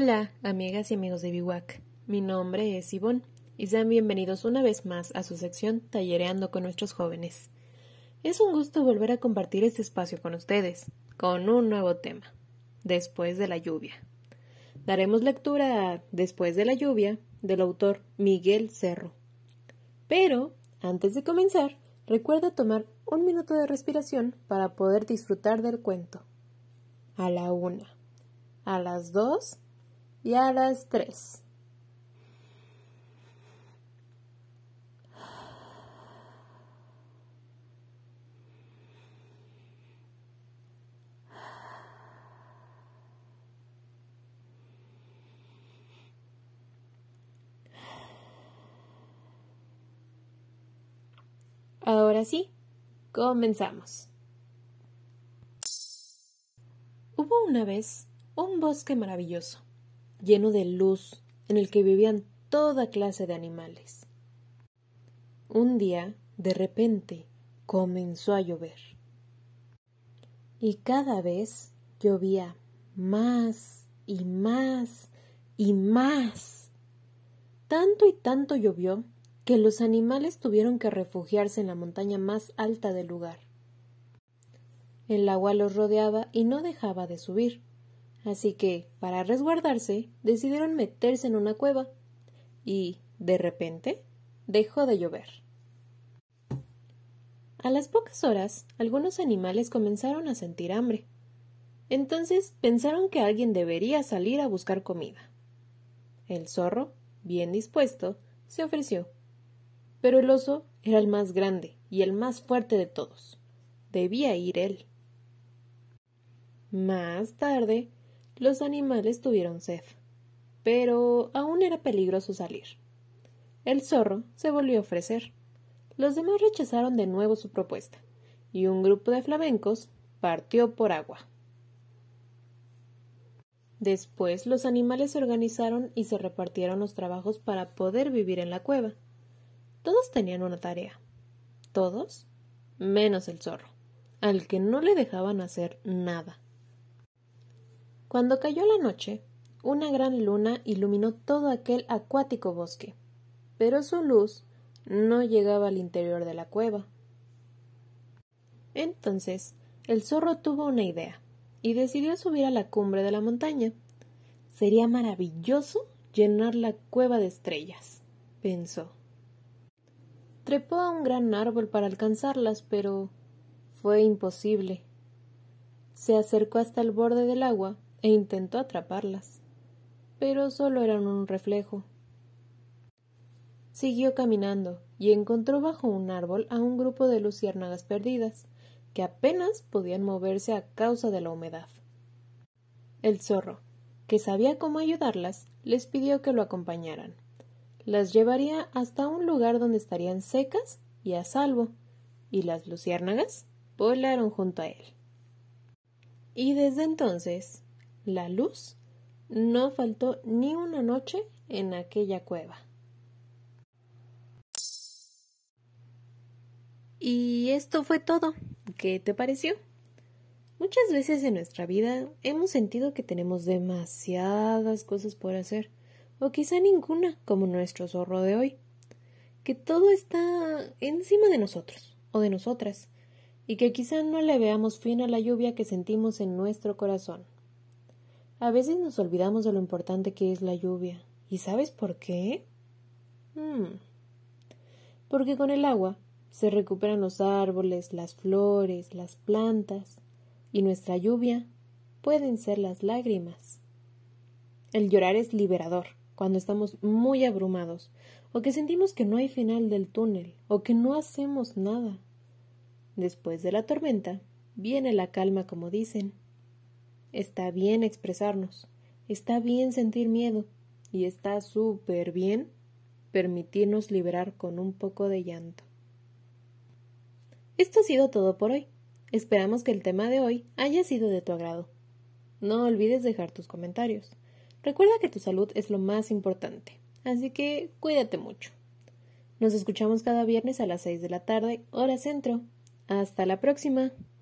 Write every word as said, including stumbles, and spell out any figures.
Hola, amigas y amigos de Biwak. Mi nombre es Ivonne y sean bienvenidos una vez más a su sección Tallereando con nuestros jóvenes. Es un gusto volver a compartir este espacio con ustedes, con un nuevo tema, Después de la lluvia. Daremos lectura a Después de la lluvia, del autor Miguel Cerro. Pero, antes de comenzar, recuerda tomar un minuto de respiración para poder disfrutar del cuento. A la una, a las dos y a las tres. Ahora sí, comenzamos. Hubo una vez un bosque maravilloso, lleno de luz, en el que vivían toda clase de animales. Un día, de repente, comenzó a llover. Y cada vez llovía más y más y más. Tanto y tanto llovió que los animales tuvieron que refugiarse en la montaña más alta del lugar. El agua los rodeaba y no dejaba de subir, así que, para resguardarse, decidieron meterse en una cueva y, de repente, dejó de llover. A las pocas horas, algunos animales comenzaron a sentir hambre. Entonces pensaron que alguien debería salir a buscar comida. El zorro, bien dispuesto, se ofreció. Pero el oso era el más grande y el más fuerte de todos. Debía ir él. Más tarde, los animales tuvieron sed, pero aún era peligroso salir. El zorro se volvió a ofrecer. Los demás rechazaron de nuevo su propuesta, y un grupo de flamencos partió por agua. Después los animales se organizaron y se repartieron los trabajos para poder vivir en la cueva. Todos tenían una tarea. Todos, menos el zorro, al que no le dejaban hacer nada. Cuando cayó la noche, una gran luna iluminó todo aquel acuático bosque, pero su luz no llegaba al interior de la cueva. Entonces, el zorro tuvo una idea y decidió subir a la cumbre de la montaña. Sería maravilloso llenar la cueva de estrellas, pensó. Trepó a un gran árbol para alcanzarlas, pero fue imposible. Se acercó hasta el borde del agua e intentó atraparlas, pero solo eran un reflejo. Siguió caminando y encontró bajo un árbol a un grupo de luciérnagas perdidas, que apenas podían moverse a causa de la humedad. El zorro, que sabía cómo ayudarlas, les pidió que lo acompañaran. Las llevaría hasta un lugar donde estarían secas y a salvo, y las luciérnagas volaron junto a él. Y desde entonces, la luz no faltó ni una noche en aquella cueva. Y esto fue todo. ¿Qué te pareció? Muchas veces en nuestra vida hemos sentido que tenemos demasiadas cosas por hacer, o quizá ninguna, como nuestro zorro de hoy, que todo está encima de nosotros o de nosotras, y que quizá no le veamos fin a la lluvia que sentimos en nuestro corazón. A veces nos olvidamos de lo importante que es la lluvia. ¿Y sabes por qué? Hmm. Porque con el agua se recuperan los árboles, las flores, las plantas, y nuestra lluvia pueden ser las lágrimas. El llorar es liberador cuando estamos muy abrumados, o que sentimos que no hay final del túnel, o que no hacemos nada. Después de la tormenta, viene la calma, como dicen. Está bien expresarnos, está bien sentir miedo, y está súper bien permitirnos liberar con un poco de llanto. Esto ha sido todo por hoy. Esperamos que el tema de hoy haya sido de tu agrado. No olvides dejar tus comentarios. Recuerda que tu salud es lo más importante, así que cuídate mucho. Nos escuchamos cada viernes a las seis de la tarde, hora centro. Hasta la próxima.